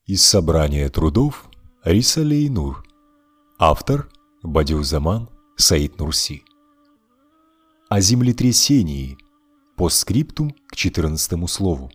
Из собрания трудов Рисале-и-Нур. Автор Бадиузаман Саид Нурси. О землетрясении. Постскриптум к 14 слову.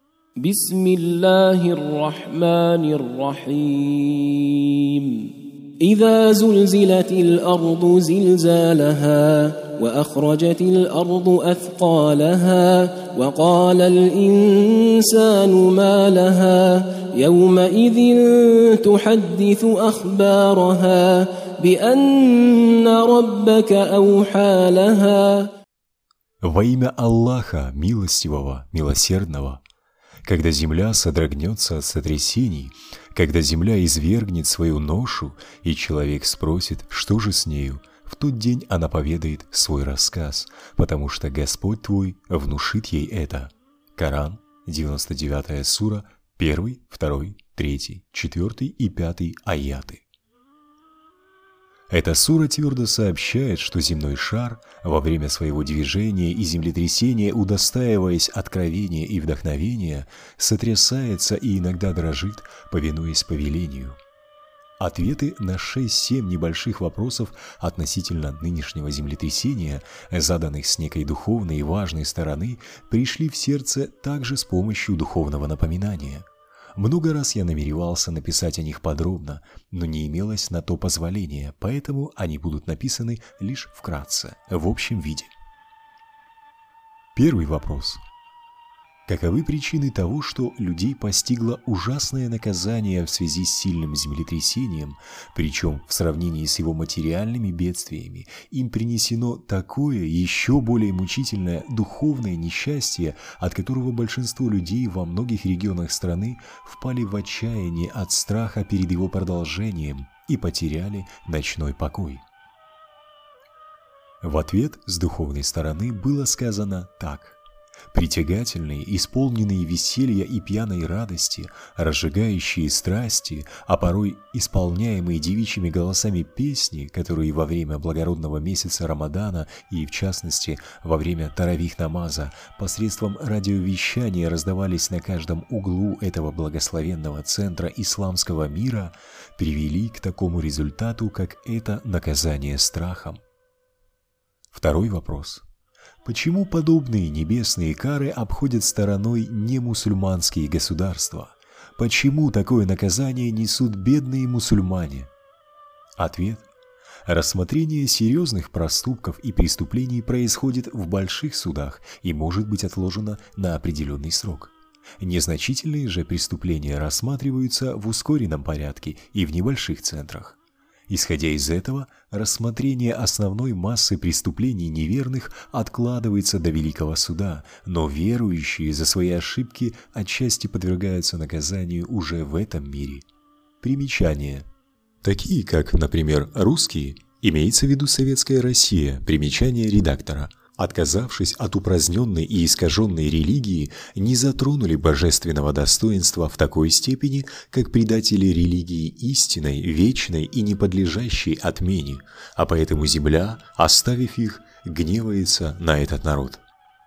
Бисмиллахир-рахманир-рахим. إذا زلزلت الأرض زلزالها وأخرجت الأرض أثقالها وقال الإنسان ما لها يومئذ تحدث أخبارها بأن ربك أوحى لها. Во имя Аллаха, милостивого, милосердного, когда земля содрогнется от сотрясений, когда земля извергнет свою ношу, и человек спросит, что же с нею, в тот день она поведает свой рассказ, потому что Господь твой внушит ей это. Коран, 99 сура, 1, 2, 3, 4 и 5 аяты. Эта сура твердо сообщает, что земной шар во время своего движения и землетрясения, удостаиваясь откровения и вдохновения, сотрясается и иногда дрожит, повинуясь повелению. Ответы на 6-7 небольших вопросов относительно нынешнего землетрясения, заданных с некой духовной и важной стороны, пришли в сердце также с помощью духовного напоминания. Много раз я намеревался написать о них подробно, но не имелось на то позволения, поэтому они будут написаны лишь вкратце, в общем виде. Первый вопрос. Каковы причины того, что людей постигло ужасное наказание в связи с сильным землетрясением, причем в сравнении с его материальными бедствиями им принесено такое еще более мучительное духовное несчастье, от которого большинство людей во многих регионах страны впали в отчаяние от страха перед его продолжением и потеряли ночной покой? В ответ с духовной стороны было сказано так. Притягательные, исполненные веселья и пьяной радости, разжигающие страсти, а порой исполняемые девичьими голосами песни, которые во время благородного месяца Рамадана и, в частности, во время таравих-намаза посредством радиовещания раздавались на каждом углу этого благословенного центра исламского мира, привели к такому результату, как это наказание страхом. Второй вопрос. Почему подобные небесные кары обходят стороной немусульманские государства? Почему такое наказание несут бедные мусульмане? Ответ. Рассмотрение серьезных проступков и преступлений происходит в больших судах и может быть отложено на определенный срок. Незначительные же преступления рассматриваются в ускоренном порядке и в небольших центрах. Исходя из этого, рассмотрение основной массы преступлений неверных откладывается до Великого Суда, но верующие за свои ошибки отчасти подвергаются наказанию уже в этом мире. Примечания. Такие как, например, русские, имеется в виду Советская Россия, примечание редактора, отказавшись от упраздненной и искаженной религии, не затронули божественного достоинства в такой степени, как предатели религии истинной, вечной и не подлежащей отмене, а поэтому земля, оставив их, гневается на этот народ.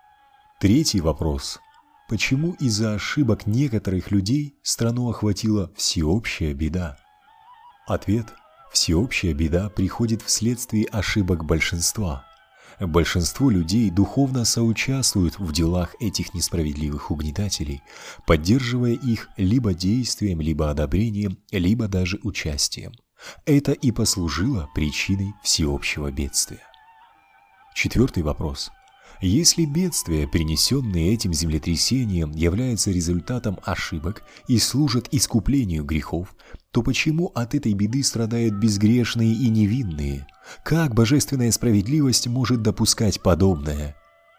Третий вопрос. Почему из-за ошибок некоторых людей страну охватила всеобщая беда? Ответ. Всеобщая беда приходит вследствие ошибок большинства. Большинство людей духовно соучаствуют в делах этих несправедливых угнетателей, поддерживая их либо действием, либо одобрением, либо даже участием. Это и послужило причиной всеобщего бедствия. Четвертый вопрос. Если бедствия, принесенные этим землетрясением, являются результатом ошибок и служат искуплению грехов, то почему от этой беды страдают безгрешные и невинные? Как божественная справедливость может допускать подобное?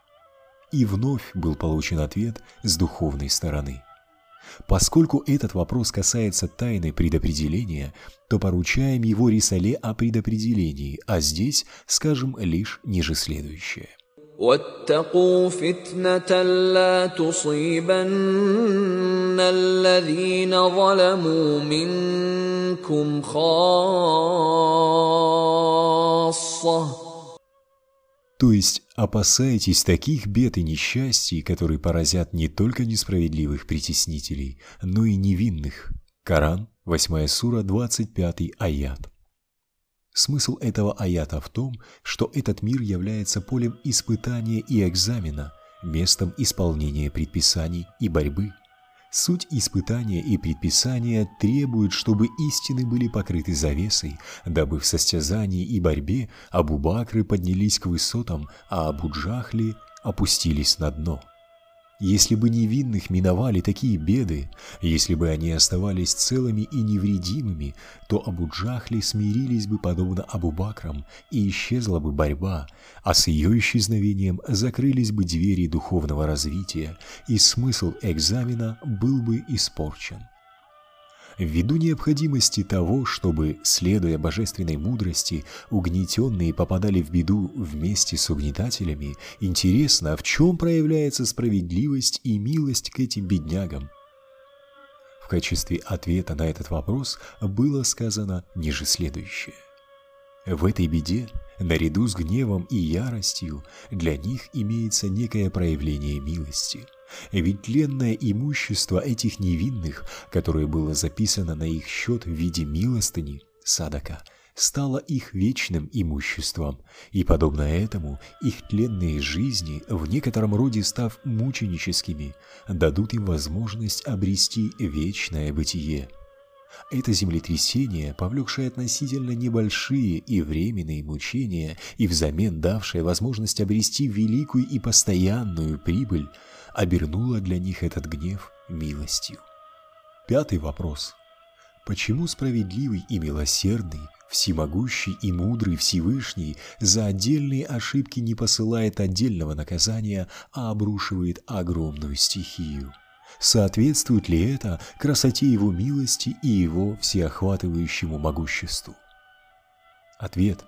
И вновь был получен ответ с духовной стороны. Поскольку этот вопрос касается тайны предопределения, то поручаем его Рисале о предопределении, а здесь скажем лишь ниже следующее. واتقوا فتنة لا تصيبن الذين ظلموا منكم خاصة. То есть опасайтесь таких бед и несчастий, которые поразят не только несправедливых притеснителей, но и невинных. Коран, 8 сура, 25 аят. Смысл этого аята в том, что этот мир является полем испытания и экзамена, местом исполнения предписаний и борьбы. Суть испытания и предписания требует, чтобы истины были покрыты завесой, дабы в состязании и борьбе Абу Бакры поднялись к высотам, а Абу Джахли опустились на дно. Если бы невинных миновали такие беды, если бы они оставались целыми и невредимыми, то Абу Джахли смирились бы подобно Абу Бакрам, и исчезла бы борьба, а с ее исчезновением закрылись бы двери духовного развития, и смысл экзамена был бы испорчен. Ввиду необходимости того, чтобы, следуя божественной мудрости, угнетенные попадали в беду вместе с угнетателями, интересно, в чем проявляется справедливость и милость к этим беднягам? В качестве ответа на этот вопрос было сказано ниже следующее. В этой беде, наряду с гневом и яростью, для них имеется некое проявление милости. Ведь тленное имущество этих невинных, которое было записано на их счет в виде милостыни, садака, стало их вечным имуществом, и, подобно этому, их тленные жизни, в некотором роде став мученическими, дадут им возможность обрести вечное бытие. Это землетрясение, повлекшее относительно небольшие и временные мучения и взамен давшее возможность обрести великую и постоянную прибыль, обернуло для них этот гнев милостью. Пятый вопрос. Почему справедливый и милосердный, всемогущий и мудрый Всевышний за отдельные ошибки не посылает отдельного наказания, а обрушивает огромную стихию? Соответствует ли это красоте Его милости и Его всеохватывающему могуществу? Ответ.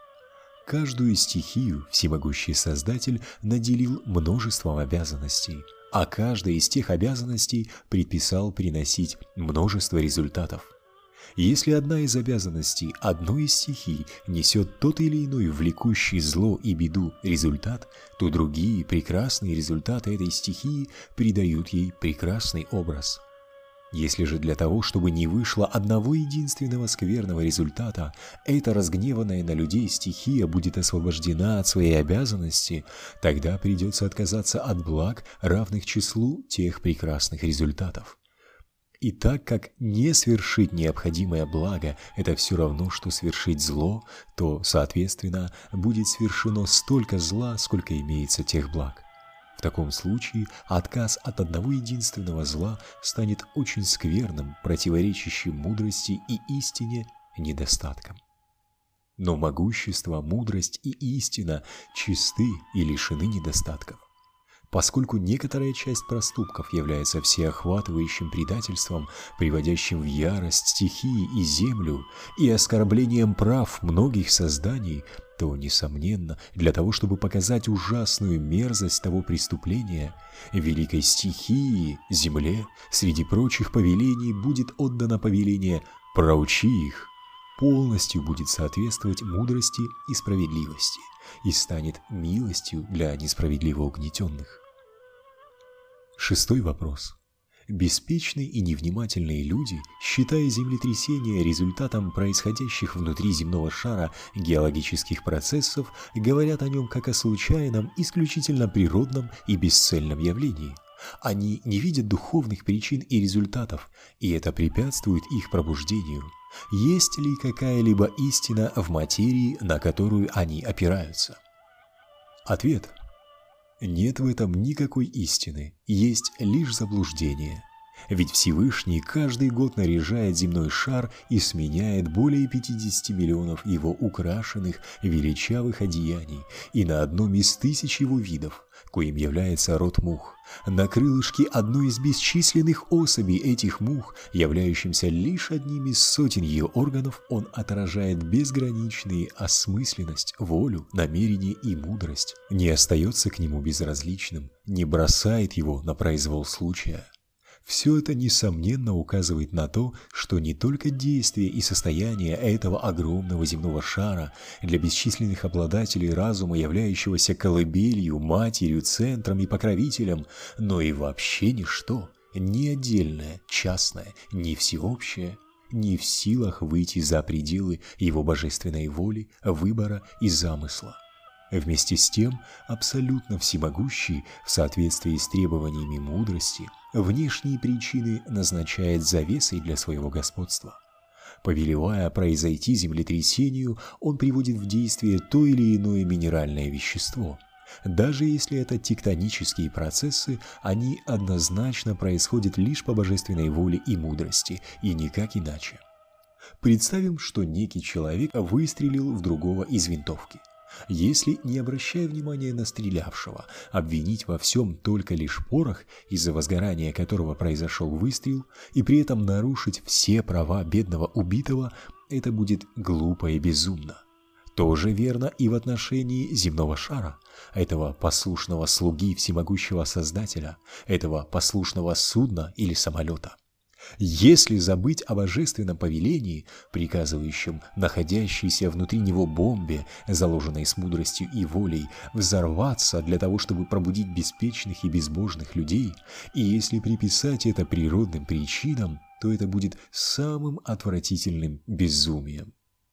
Каждую стихию всемогущий Создатель наделил множеством обязанностей, а каждая из тех обязанностей предписал приносить множество результатов. Если одна из обязанностей одной из стихий несет тот или иной влекущий зло и беду результат, то другие прекрасные результаты этой стихии придают ей прекрасный образ. Если же для того, чтобы не вышло одного единственного скверного результата, эта разгневанная на людей стихия будет освобождена от своей обязанности, тогда придется отказаться от благ, равных числу тех прекрасных результатов. И так как не свершить необходимое благо – это все равно, что свершить зло, то, соответственно, будет свершено столько зла, сколько имеется тех благ. В таком случае отказ от одного единственного зла станет очень скверным, противоречащим мудрости и истине недостатком. Но могущество, мудрость и истина чисты и лишены недостатков. Поскольку некоторая часть проступков является всеохватывающим предательством, приводящим в ярость стихии и землю, и оскорблением прав многих созданий, то, несомненно, для того, чтобы показать ужасную мерзость того преступления, великой стихии, земле, среди прочих повелений будет отдано повеление «проучи их», полностью будет соответствовать мудрости и справедливости и станет милостью для несправедливо угнетенных. Шестой вопрос. Беспечные и невнимательные люди, считая землетрясения результатом происходящих внутри земного шара геологических процессов, говорят о нем как о случайном, исключительно природном и бесцельном явлении. Они не видят духовных причин и результатов, и это препятствует их пробуждению. Есть ли какая-либо истина в материи, на которую они опираются? Ответ. Нет в этом никакой истины, есть лишь заблуждение. Ведь Всевышний каждый год наряжает земной шар и сменяет более 50 миллионов его украшенных величавых одеяний, и на одном из тысяч его видов, коим является род мух, на крылышке одной из бесчисленных особей этих мух, являющимся лишь одним из сотен ее органов, он отражает безграничные осмысленность, волю, намерение и мудрость, не остается к нему безразличным, не бросает его на произвол случая. Все это, несомненно, указывает на то, что не только действие и состояние этого огромного земного шара для бесчисленных обладателей разума, являющегося колыбелью, матерью, центром и покровителем, но и вообще ничто, ни отдельное, частное, ни всеобщее, не в силах выйти за пределы его божественной воли, выбора и замысла. Вместе с тем, абсолютно всемогущий, в соответствии с требованиями мудрости, внешние причины назначает завесой для своего господства. Повелевая произойти землетрясению, он приводит в действие то или иное минеральное вещество. Даже если это тектонические процессы, они однозначно происходят лишь по божественной воле и мудрости, и никак иначе. Представим, что некий человек выстрелил в другого из винтовки. Если, не обращая внимания на стрелявшего, обвинить во всем только лишь порох, из-за возгорания которого произошел выстрел, и при этом нарушить все права бедного убитого, это будет глупо и безумно. Тоже верно и в отношении земного шара, этого послушного слуги всемогущего Создателя, этого послушного судна или самолета. Если забыть о божественном повелении, приказывающем находящейся внутри него бомбе, заложенной с мудростью и волей, взорваться для того, чтобы пробудить беспечных и безбожных людей, и если приписать это природным причинам, то это будет самым отвратительным безумием.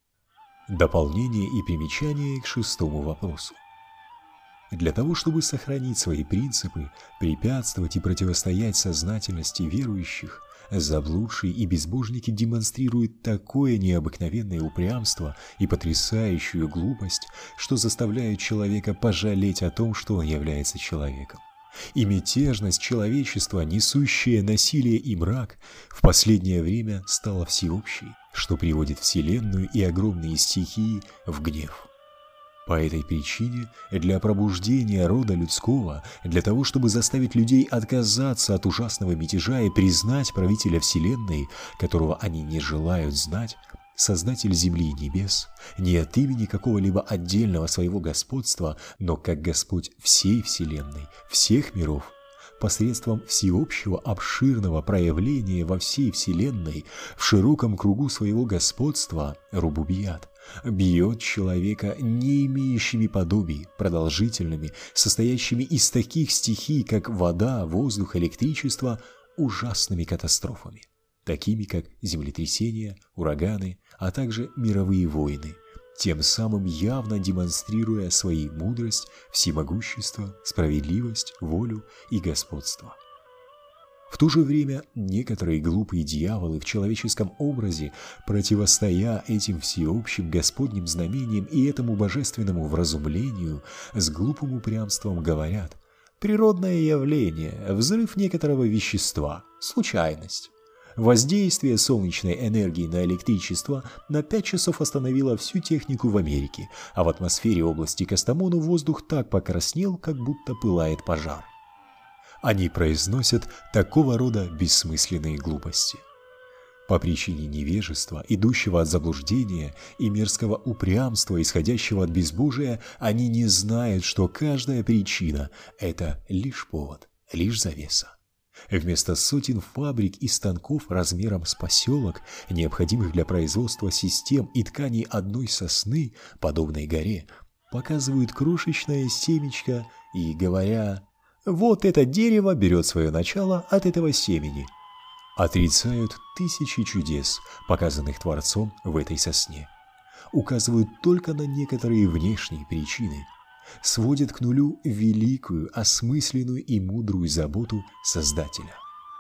Дополнение и примечание к 6-му вопросу. Для того, чтобы сохранить свои принципы, препятствовать и противостоять сознательности верующих, заблудшие и безбожники демонстрируют такое необыкновенное упрямство и потрясающую глупость, что заставляют человека пожалеть о том, что он является человеком. И мятежность человечества, несущая насилие и мрак, в последнее время стала всеобщей, что приводит Вселенную и огромные стихии в гнев. По этой причине для пробуждения рода людского, для того, чтобы заставить людей отказаться от ужасного мятежа и признать правителя Вселенной, которого они не желают знать, Создатель земли и небес, не от имени какого-либо отдельного своего господства, но как Господь всей Вселенной, всех миров, посредством всеобщего обширного проявления во всей Вселенной, в широком кругу своего господства, Рубубият, бьет человека не имеющими подобий, продолжительными, состоящими из таких стихий, как вода, воздух, электричество, ужасными катастрофами, такими как землетрясения, ураганы, а также мировые войны, тем самым явно демонстрируя свои мудрость, всемогущество, справедливость, волю и господство. В то же время некоторые глупые дьяволы в человеческом образе, противостоя этим всеобщим Господним знамениям и этому божественному вразумлению, с глупым упрямством говорят: природное явление, взрыв некоторого вещества, случайность. Воздействие солнечной энергии на электричество на 5 часов остановило всю технику в Америке, а в атмосфере области Кастамону воздух так покраснел, как будто пылает пожар. Они произносят такого рода бессмысленные глупости. По причине невежества, идущего от заблуждения, и мерзкого упрямства, исходящего от безбожия, они не знают, что каждая причина – это лишь повод, лишь завеса. Вместо сотен фабрик и станков размером с поселок, необходимых для производства систем и тканей одной сосны, подобной горе, показывают крошечное семечко и, говоря: «Вот это дерево берет свое начало от этого семени», отрицают тысячи чудес, показанных Творцом в этой сосне, указывают только на некоторые внешние причины, сводят к нулю великую, осмысленную и мудрую заботу Создателя.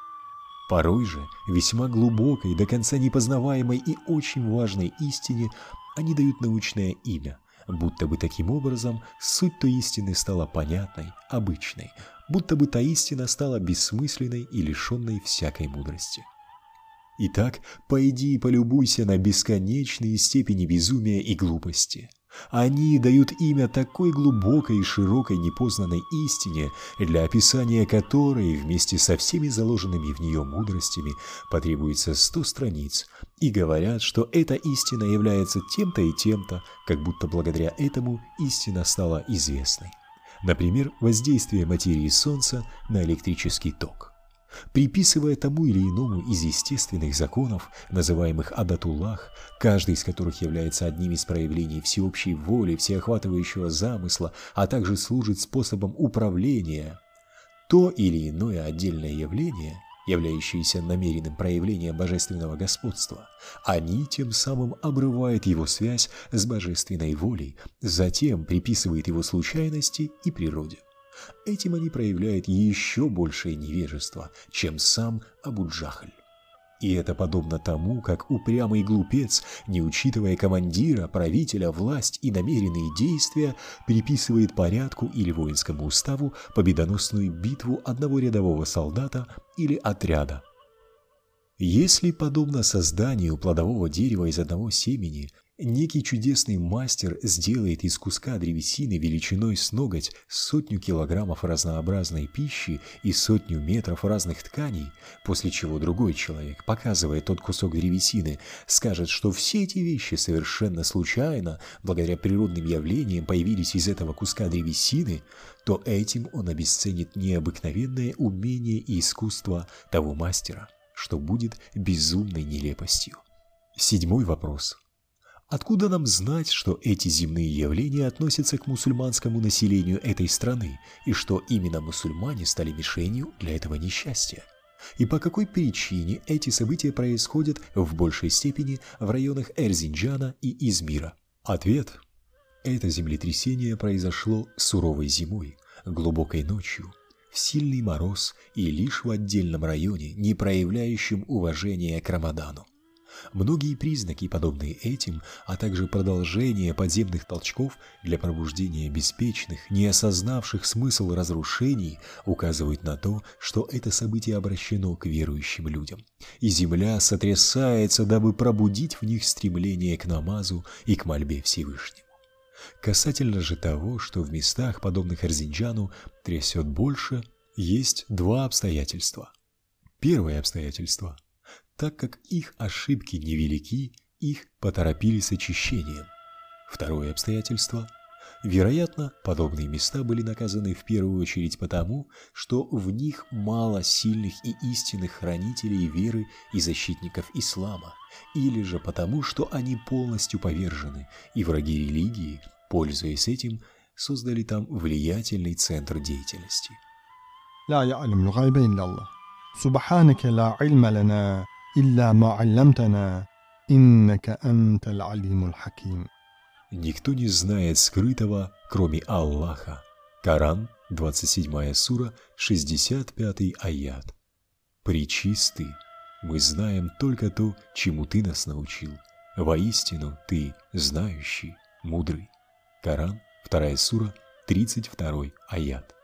Порой же весьма глубокой, до конца непознаваемой и очень важной истине они дают научное имя, будто бы таким образом суть той истины стала понятной, обычной, будто бы та истина стала бессмысленной и лишенной всякой мудрости. Итак, пойди и полюбуйся на бесконечные степени безумия и глупости. Они дают имя такой глубокой и широкой непознанной истине, для описания которой вместе со всеми заложенными в нее мудростями потребуется 100 страниц, и говорят, что эта истина является тем-то и тем-то, как будто благодаря этому истина стала известной. Например, воздействие материи Солнца на электрический ток. Приписывая тому или иному из естественных законов, называемых Адатуллах, каждый из которых является одним из проявлений всеобщей воли, всеохватывающего замысла, а также служит способом управления, то или иное отдельное явление, являющиеся намеренным проявлением божественного господства, они тем самым обрывают его связь с божественной волей, затем приписывают его случайности и природе. Этим они проявляют еще большее невежество, чем сам Абу-Джахль. И это подобно тому, как упрямый глупец, не учитывая командира, правителя, власть и намеренные действия, приписывает порядку или воинскому уставу победоносную битву одного рядового солдата или отряда. Если, подобно созданию плодового дерева из одного семени, некий чудесный мастер сделает из куска древесины величиной с ноготь 100 килограммов разнообразной пищи и 100 метров разных тканей, после чего другой человек, показывая тот кусок древесины, скажет, что все эти вещи совершенно случайно, благодаря природным явлениям, появились из этого куска древесины, то этим он обесценит необыкновенное умение и искусство того мастера, что будет безумной нелепостью. 7 вопрос. Откуда нам знать, что эти земные явления относятся к мусульманскому населению этой страны, и что именно мусульмане стали мишенью для этого несчастья? И по какой причине эти события происходят в большей степени в районах Эрзинджана и Измира? Ответ. Это землетрясение произошло суровой зимой, глубокой ночью, в сильный мороз и лишь в отдельном районе, не проявляющем уважения к Рамадану. Многие признаки, подобные этим, а также продолжение подземных толчков для пробуждения беспечных, не осознавших смысл разрушений, указывают на то, что это событие обращено к верующим людям, и земля сотрясается, дабы пробудить в них стремление к намазу и к мольбе Всевышнему. Касательно же того, что в местах, подобных Эрзинджану, трясет больше, есть 2 обстоятельства. Первое обстоятельство. Так как их ошибки невелики, их поторопили с очищением. Второе обстоятельство. Вероятно, подобные места были наказаны в первую очередь потому, что в них мало сильных и истинных хранителей веры и защитников ислама, или же потому, что они полностью повержены, и враги религии, пользуясь этим, создали там влиятельный центр деятельности. لا يعلم الغيب إلا الله سبحانك لا علم لنا إلا ما علمتنا إنك أنت العليم الحكيم. Никто не знает скрытого, кроме Аллаха. Коран, 27 сура, 65 аят. Пречистый, мы знаем только то, чему ты нас научил. Воистину ты знающий, мудрый. Коран, 2 сура, 32 аят.